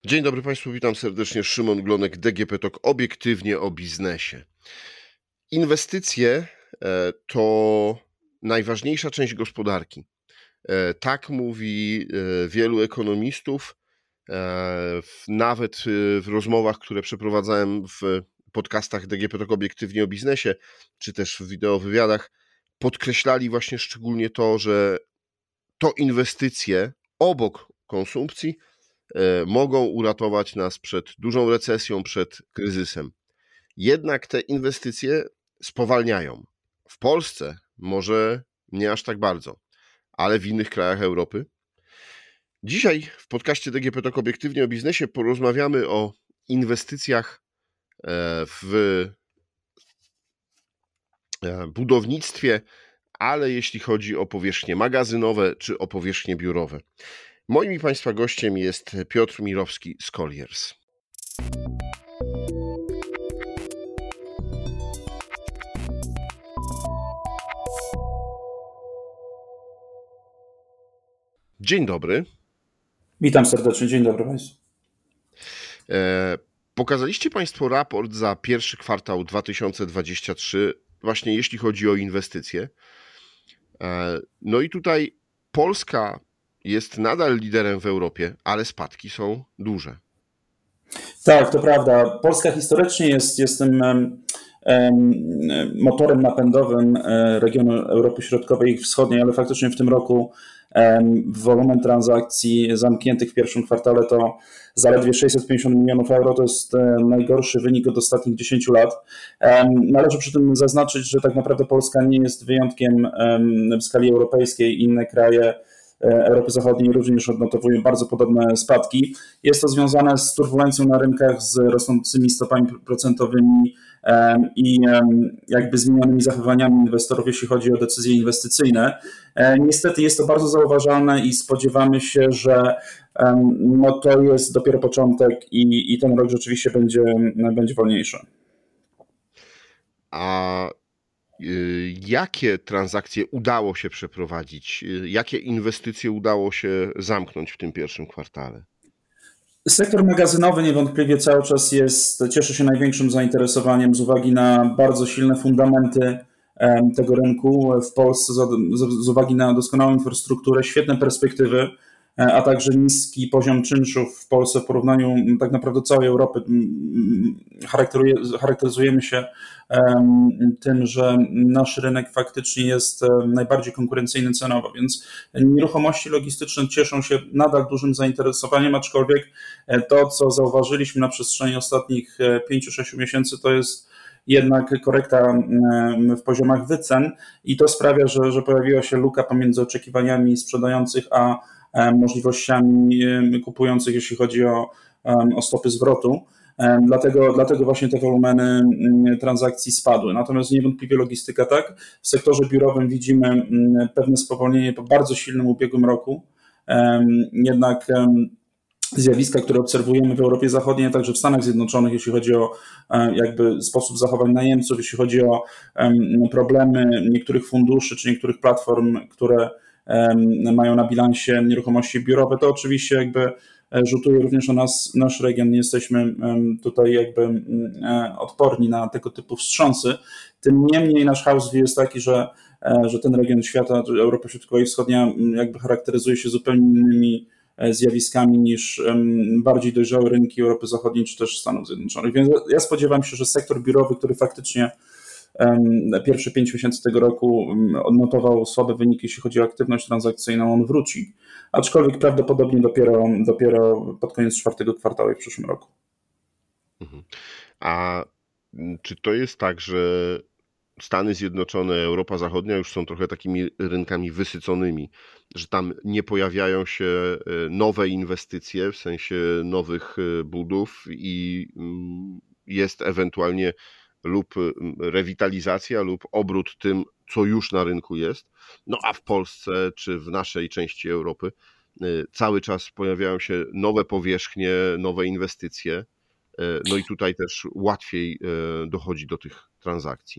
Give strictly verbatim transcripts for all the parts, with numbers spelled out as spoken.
Dzień dobry Państwu, witam serdecznie. Szymon Glonek, D G P Talk, obiektywnie o biznesie. Inwestycje e, to najważniejsza część gospodarki. E, Tak mówi e, wielu ekonomistów. E, w- Nawet e, w rozmowach, które przeprowadzałem w podcastach D G P Talk, obiektywnie o biznesie, czy też w wideowywiadach, podkreślali właśnie szczególnie to, że to inwestycje obok konsumpcji e, mogą uratować nas przed dużą recesją, przed kryzysem. Jednak te inwestycje spowalniają. W Polsce może nie aż tak bardzo, ale w innych krajach Europy. Dzisiaj w podcaście D G P Talk obiektywnie o biznesie porozmawiamy o inwestycjach e, w e, budownictwie, ale jeśli chodzi o powierzchnie magazynowe czy o powierzchnie biurowe. Moim i Państwa gościem jest Piotr Mirowski z Colliers. Dzień dobry. Witam serdecznie, dzień dobry Państwu. E, Pokazaliście Państwo raport za pierwszy kwartał dwa tysiące dwudziesty trzeci, właśnie jeśli chodzi o inwestycje. E, No i tutaj Polska jest nadal liderem w Europie, ale spadki są duże. Tak, to prawda. Polska historycznie jest, jest tym em, em, motorem napędowym e, regionu Europy Środkowej i Wschodniej, ale faktycznie w tym roku em, wolumen transakcji zamkniętych w pierwszym kwartale to zaledwie sześćset pięćdziesiąt milionów euro. To jest e, najgorszy wynik od ostatnich dziesięciu lat. Em, Należy przy tym zaznaczyć, że tak naprawdę Polska nie jest wyjątkiem em, w skali europejskiej. Inne kraje Europy Zachodniej również odnotowują bardzo podobne spadki. Jest to związane z turbulencją na rynkach, z rosnącymi stopami procentowymi em, i em, jakby zmienionymi zachowaniami inwestorów, jeśli chodzi o decyzje inwestycyjne. E, Niestety jest to bardzo zauważalne i spodziewamy się, że em, no to jest dopiero początek i, i ten rok rzeczywiście będzie, będzie wolniejszy. A y, jakie transakcje udało się przeprowadzić? Y, Jakie inwestycje udało się zamknąć w tym pierwszym kwartale? Sektor magazynowy niewątpliwie cały czas jest, cieszy się największym zainteresowaniem z uwagi na bardzo silne fundamenty em, tego rynku w Polsce, z, z, z uwagi na doskonałą infrastrukturę, świetne perspektywy, e, a także niski poziom czynszów w Polsce w porównaniu m, tak naprawdę całej Europy. M, m, charakteruje- Charakteryzujemy się em, tym, że nasz rynek faktycznie jest em, najbardziej konkurencyjny cenowo, więc nieruchomości logistyczne cieszą się nadal dużym zainteresowaniem, aczkolwiek to, co zauważyliśmy na przestrzeni ostatnich pięciu sześciu miesięcy, to jest jednak korekta w poziomach wycen i to sprawia, że, że pojawiła się luka pomiędzy oczekiwaniami sprzedających a możliwościami kupujących, jeśli chodzi o, o stopy zwrotu. Dlatego, dlatego właśnie te wolumeny transakcji spadły. Natomiast niewątpliwie logistyka tak. W sektorze biurowym widzimy pewne spowolnienie po bardzo silnym ubiegłym roku. Jednak zjawiska, które obserwujemy w Europie Zachodniej, a także w Stanach Zjednoczonych, jeśli chodzi o jakby sposób zachowań najemców, jeśli chodzi o problemy niektórych funduszy czy niektórych platform, które mają na bilansie nieruchomości biurowe, to oczywiście jakby rzutuje również na nas, nasz region. Nie jesteśmy tutaj jakby odporni na tego typu wstrząsy. Tym niemniej nasz house view jest taki, że, że ten region świata, Europa Środkowa i Wschodnia, jakby charakteryzuje się zupełnie innymi zjawiskami niż bardziej dojrzałe rynki Europy Zachodniej czy też Stanów Zjednoczonych. Więc ja spodziewam się, że sektor biurowy, który faktycznie pierwsze pięć miesięcy tego roku odnotował słabe wyniki, jeśli chodzi o aktywność transakcyjną, on wróci. Aczkolwiek prawdopodobnie dopiero, dopiero pod koniec czwartego kwartału w przyszłym roku. Mhm. A czy to jest tak, że Stany Zjednoczone, Europa Zachodnia już są trochę takimi rynkami wysyconymi, że tam nie pojawiają się nowe inwestycje, w sensie nowych budów i jest ewentualnie lub rewitalizacja, lub obrót tym, co już na rynku jest. No a w Polsce czy w naszej części Europy cały czas pojawiają się nowe powierzchnie, nowe inwestycje. No i tutaj też łatwiej dochodzi do tych transakcji.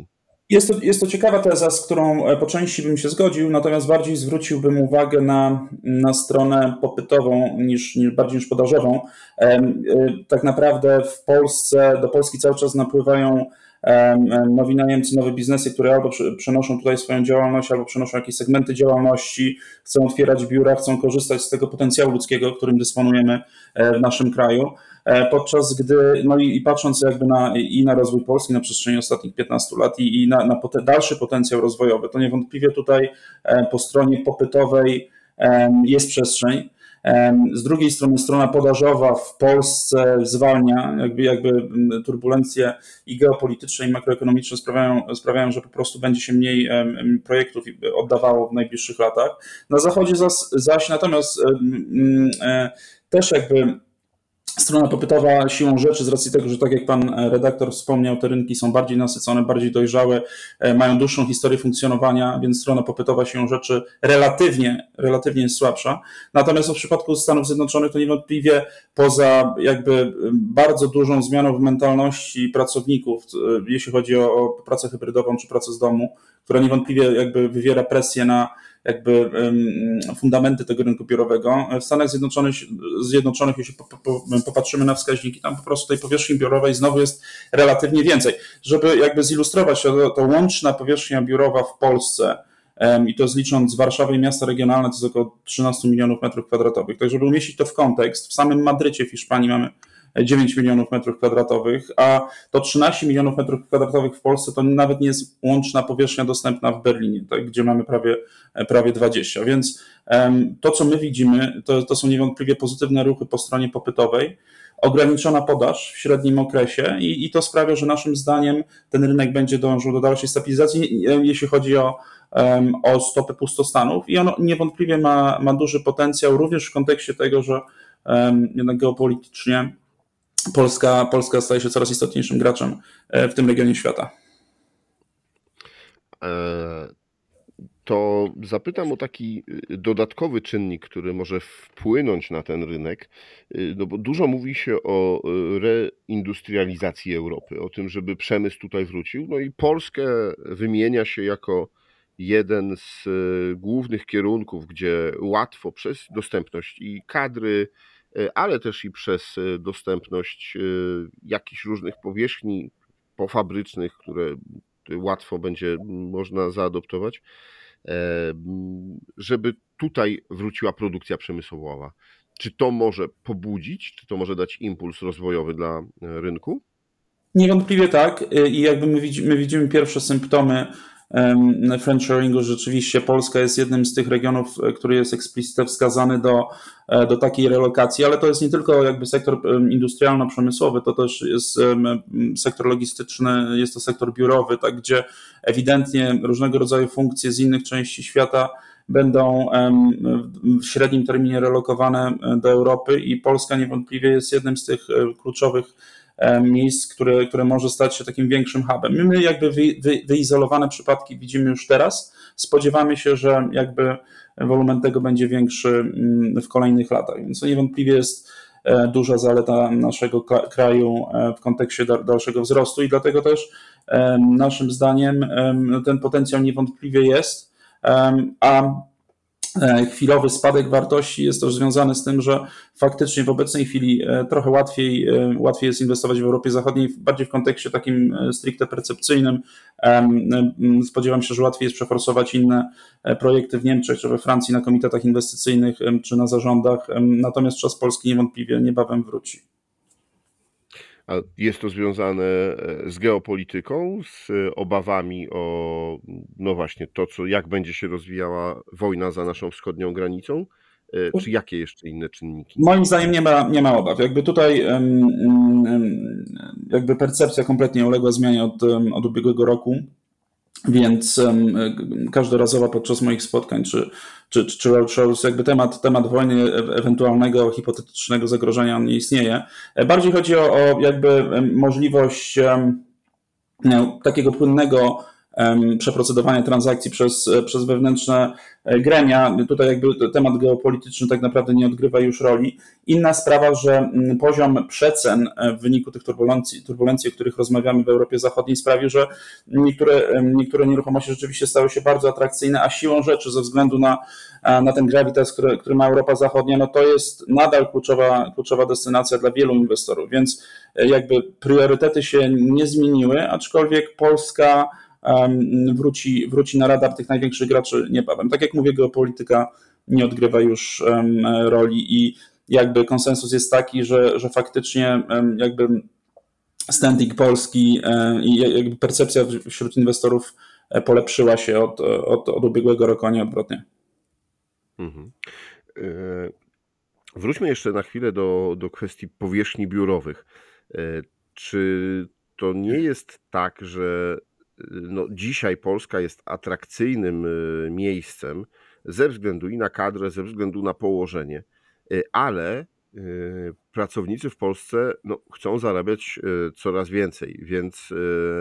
Jest to, jest to ciekawa teza, z którą po części bym się zgodził, natomiast bardziej zwróciłbym uwagę na, na stronę popytową niż, niż bardziej niż podażową. Tak naprawdę w Polsce, do Polski cały czas napływają nowi najemcy, nowe biznesy, które albo przenoszą tutaj swoją działalność, albo przenoszą jakieś segmenty działalności, chcą otwierać biura, chcą korzystać z tego potencjału ludzkiego, którym dysponujemy w naszym kraju. Podczas gdy, no i, i patrząc jakby na, i na rozwój Polski na przestrzeni ostatnich piętnastu lat i, i na, na pote, dalszy potencjał rozwojowy, to niewątpliwie tutaj po stronie popytowej jest przestrzeń. Z drugiej strony strona podażowa w Polsce zwalnia, jakby, jakby turbulencje i geopolityczne, i makroekonomiczne sprawiają, sprawiają, że po prostu będzie się mniej projektów oddawało w najbliższych latach. Na zachodzie zaś, zaś natomiast też jakby strona popytowa siłą rzeczy, z racji tego, że tak jak pan redaktor wspomniał, te rynki są bardziej nasycone, bardziej dojrzałe, mają dłuższą historię funkcjonowania, więc strona popytowa siłą rzeczy relatywnie, relatywnie jest słabsza. Natomiast w przypadku Stanów Zjednoczonych to niewątpliwie poza jakby bardzo dużą zmianą w mentalności pracowników, jeśli chodzi o, o pracę hybrydową czy pracę z domu, która niewątpliwie jakby wywiera presję na jakby fundamenty tego rynku biurowego. W Stanach Zjednoczonych, Zjednoczonych jeśli popatrzymy na wskaźniki, tam po prostu tej powierzchni biurowej znowu jest relatywnie więcej. Żeby jakby zilustrować to, to łączna powierzchnia biurowa w Polsce, i to zlicząc Warszawę i miasta regionalne, to jest około trzynaście milionów metrów kwadratowych. Tak, żeby umieścić to w kontekst, w samym Madrycie w Hiszpanii mamy dziewięć milionów metrów kwadratowych, a to trzynaście milionów metrów kwadratowych w Polsce to nawet nie jest łączna powierzchnia dostępna w Berlinie, tak, gdzie mamy prawie, prawie dwadzieścia. Więc um, to, co my widzimy, to, to są niewątpliwie pozytywne ruchy po stronie popytowej, ograniczona podaż w średnim okresie i, i to sprawia, że naszym zdaniem ten rynek będzie dążył do dalszej stabilizacji, jeśli chodzi o, um, o stopę pustostanów i on niewątpliwie ma, ma duży potencjał również w kontekście tego, że um, jednak geopolitycznie Polska, Polska staje się coraz istotniejszym graczem w tym regionie świata. To zapytam o taki dodatkowy czynnik, który może wpłynąć na ten rynek, no bo dużo mówi się o reindustrializacji Europy, o tym, żeby przemysł tutaj wrócił, no i Polskę wymienia się jako jeden z głównych kierunków, gdzie łatwo przez dostępność i kadry, ale też i przez dostępność jakichś różnych powierzchni pofabrycznych, które łatwo będzie można zaadoptować, żeby tutaj wróciła produkcja przemysłowa. Czy to może pobudzić, czy to może dać impuls rozwojowy dla rynku? Niewątpliwie tak i jakby my widzimy, my widzimy pierwsze symptomy friendshoringu. Rzeczywiście Polska jest jednym z tych regionów, który jest eksplicitnie wskazany do, do takiej relokacji, ale to jest nie tylko jakby sektor industrialno-przemysłowy, to też jest sektor logistyczny, jest to sektor biurowy, tak, gdzie ewidentnie różnego rodzaju funkcje z innych części świata będą w średnim terminie relokowane do Europy i Polska niewątpliwie jest jednym z tych kluczowych miejsc, które, które może stać się takim większym hubem. My jakby wy, wy, wyizolowane przypadki widzimy już teraz. Spodziewamy się, że jakby wolumen tego będzie większy w kolejnych latach, więc to niewątpliwie jest duża zaleta naszego kraju w kontekście dalszego wzrostu i dlatego też naszym zdaniem ten potencjał niewątpliwie jest, a chwilowy spadek wartości jest też związany z tym, że faktycznie w obecnej chwili trochę łatwiej, łatwiej jest inwestować w Europie Zachodniej, bardziej w kontekście takim stricte percepcyjnym. Spodziewam się, że łatwiej jest przeforsować inne projekty w Niemczech czy we Francji na komitetach inwestycyjnych czy na zarządach, natomiast czas Polski niewątpliwie niebawem wróci. A jest to związane z geopolityką, z obawami o, no właśnie, to, co, jak będzie się rozwijała wojna za naszą wschodnią granicą, czy jakie jeszcze inne czynniki? Moim zdaniem nie ma, nie ma obaw. Jakby tutaj jakby percepcja kompletnie uległa zmianie od, od ubiegłego roku, więc każdorazowo podczas moich spotkań czy, czy, czy roadshows jakby temat, temat wojny, ewentualnego hipotetycznego zagrożenia on nie istnieje. Bardziej chodzi o, o jakby możliwość no, takiego płynnego przeprocedowania transakcji przez, przez wewnętrzne gremia. Tutaj jakby temat geopolityczny tak naprawdę nie odgrywa już roli. Inna sprawa, że poziom przecen w wyniku tych turbulencji, turbulencji, o których rozmawiamy w Europie Zachodniej, sprawił, że niektóre, niektóre nieruchomości rzeczywiście stały się bardzo atrakcyjne, a siłą rzeczy ze względu na, na ten gravitas, który, który ma Europa Zachodnia, no to jest nadal kluczowa, kluczowa destynacja dla wielu inwestorów, więc jakby priorytety się nie zmieniły, aczkolwiek Polska wróci, wróci na radar tych największych graczy niebawem. Tak jak mówię, geopolityka nie odgrywa już roli i jakby konsensus jest taki, że, że faktycznie jakby standing Polski i jakby percepcja wśród inwestorów polepszyła się od, od, od ubiegłego roku, a nie odwrotnie. Mhm. Wróćmy jeszcze na chwilę do, do kwestii powierzchni biurowych. Czy to nie jest tak, że no, dzisiaj Polska jest atrakcyjnym miejscem ze względu i na kadrę, ze względu na położenie, ale pracownicy w Polsce no, chcą zarabiać coraz więcej, więc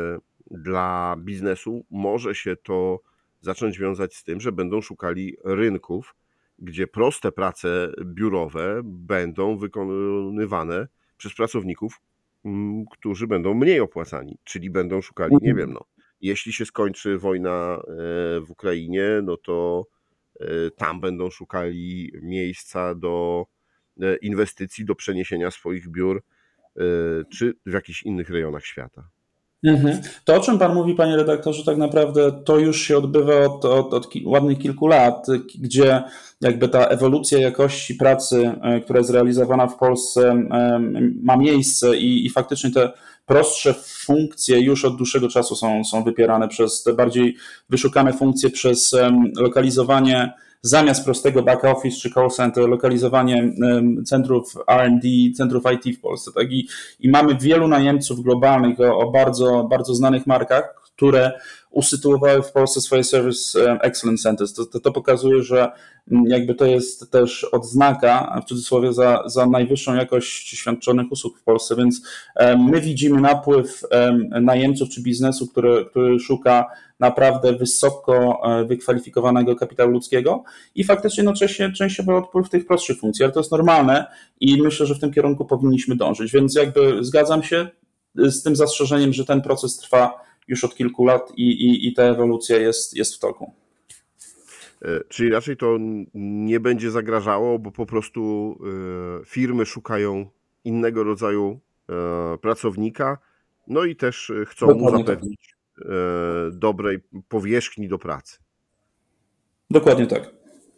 dla biznesu może się to zacząć wiązać z tym, że będą szukali rynków, gdzie proste prace biurowe będą wykonywane przez pracowników, którzy będą mniej opłacani, czyli będą szukali, nie wiem, no, jeśli się skończy wojna w Ukrainie, no to tam będą szukali miejsca do inwestycji, do przeniesienia swoich biur, czy w jakichś innych rejonach świata. Mhm. To, o czym Pan mówi, Panie redaktorze, tak naprawdę to już się odbywa od, od, od ładnych kilku lat, gdzie jakby ta ewolucja jakości pracy, która jest realizowana w Polsce, ma miejsce i, i faktycznie te prostsze funkcje już od dłuższego czasu są, są wypierane przez te bardziej wyszukane funkcje, przez lokalizowanie zamiast prostego back office czy call center, lokalizowanie centrów R and D, centrów I T w Polsce. Tak? I, i mamy wielu najemców globalnych o, o bardzo, bardzo znanych markach, które usytuowały w Polsce swoje Service Excellence Centers. To, to, to pokazuje, że jakby to jest też odznaka, w cudzysłowie, za, za najwyższą jakość świadczonych usług w Polsce, więc my widzimy napływ najemców czy biznesu, który, który szuka naprawdę wysoko wykwalifikowanego kapitału ludzkiego i faktycznie no, częściowo, częściowo odpływ tych prostszych funkcji, ale to jest normalne i myślę, że w tym kierunku powinniśmy dążyć, więc jakby zgadzam się z tym zastrzeżeniem, że ten proces trwa już od kilku lat i, i, i ta ewolucja jest, jest w toku. Czyli raczej to nie będzie zagrażało, bo po prostu firmy szukają innego rodzaju pracownika, no i też chcą Dokładnie mu zapewnić tak. dobrej powierzchni do pracy. Dokładnie tak.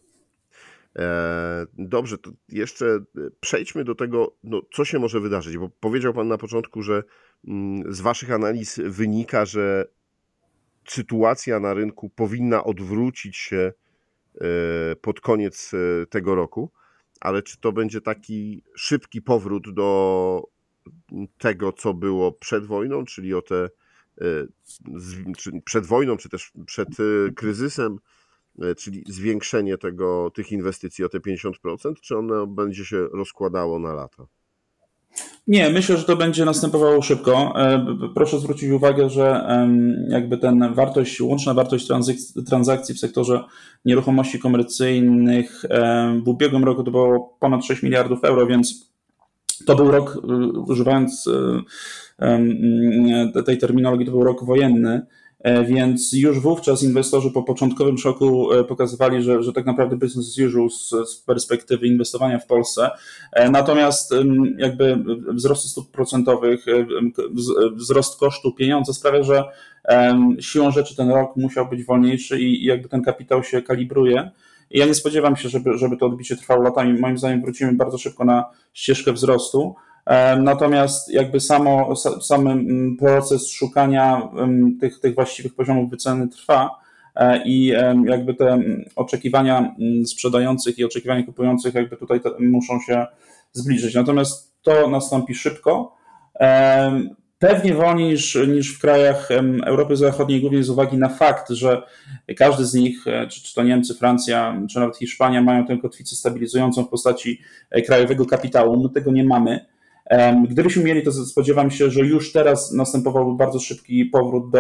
Dobrze, to jeszcze przejdźmy do tego, no, co się może wydarzyć, bo powiedział Pan na początku, że z Waszych analiz wynika, że sytuacja na rynku powinna odwrócić się pod koniec tego roku, ale czy to będzie taki szybki powrót do tego, co było przed wojną, czyli o te przed wojną, czy też przed kryzysem, czyli zwiększenie tego, tych inwestycji o te pięćdziesiąt procent, czy ono będzie się rozkładało na lata? Nie, myślę, że to będzie następowało szybko. Proszę zwrócić uwagę, że jakby ten wartość, łączna wartość transakcji w sektorze nieruchomości komercyjnych w ubiegłym roku to było ponad sześć miliardów euro, więc to był rok, używając tej terminologii, to był rok wojenny. Więc już wówczas inwestorzy po początkowym szoku pokazywali, że, że tak naprawdę business as usual z, z perspektywy inwestowania w Polsce. Natomiast jakby wzrosty stóp procentowych, wzrost kosztu pieniądza sprawia, że siłą rzeczy ten rok musiał być wolniejszy i jakby ten kapitał się kalibruje. I ja nie spodziewam się, żeby, żeby to odbicie trwało latami. Moim zdaniem wrócimy bardzo szybko na ścieżkę wzrostu. Natomiast jakby samo, sam proces szukania tych, tych właściwych poziomów wyceny trwa i jakby te oczekiwania sprzedających i oczekiwania kupujących jakby tutaj muszą się zbliżyć. Natomiast to nastąpi szybko. Pewnie wolniej niż, niż w krajach Europy Zachodniej, głównie z uwagi na fakt, że każdy z nich, czy, czy to Niemcy, Francja, czy nawet Hiszpania, mają tę kotwicę stabilizującą w postaci krajowego kapitału. My tego nie mamy. Gdybyśmy mieli, to spodziewam się, że już teraz następowałby bardzo szybki powrót do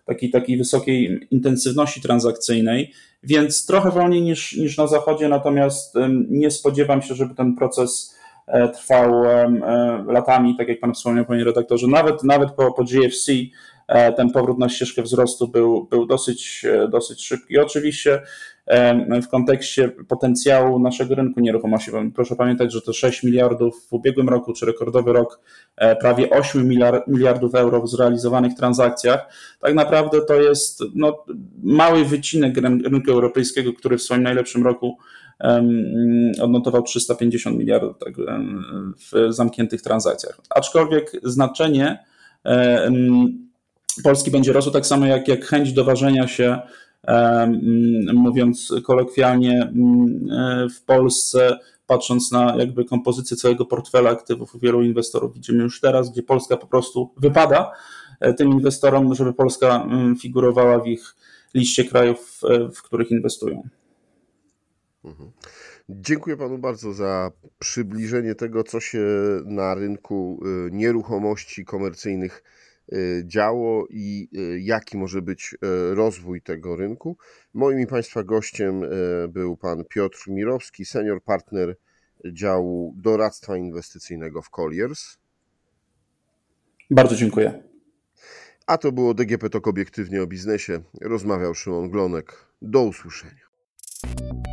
takiej, takiej wysokiej intensywności transakcyjnej, więc trochę wolniej niż, niż na zachodzie, natomiast nie spodziewam się, żeby ten proces trwał latami, tak jak pan wspomniał, panie redaktorze, nawet, nawet po, po G F C ten powrót na ścieżkę wzrostu był, był dosyć, dosyć szybki. I oczywiście w kontekście potencjału naszego rynku nieruchomości, proszę pamiętać, że to sześć miliardów w ubiegłym roku, czy rekordowy rok, prawie osiem miliardów euro w zrealizowanych transakcjach, tak naprawdę to jest no, mały wycinek rynku europejskiego, który w swoim najlepszym roku odnotował trzysta pięćdziesiąt miliardów tak, w zamkniętych transakcjach. Aczkolwiek znaczenie Polski będzie rosło tak samo jak, jak chęć doważenia się, mówiąc kolokwialnie, w Polsce, patrząc na jakby kompozycję całego portfela aktywów u wielu inwestorów. Widzimy już teraz, gdzie Polska po prostu wypada tym inwestorom, żeby Polska figurowała w ich liście krajów, w których inwestują. Mhm. Dziękuję panu bardzo za przybliżenie tego, co się na rynku nieruchomości komercyjnych działo i jaki może być rozwój tego rynku. Moim i państwa gościem był pan Piotr Mirowski, senior partner działu doradztwa inwestycyjnego w Colliers. Bardzo dziękuję. A to było D G P Talk obiektywnie o biznesie. Rozmawiał Szymon Glonek. Do usłyszenia.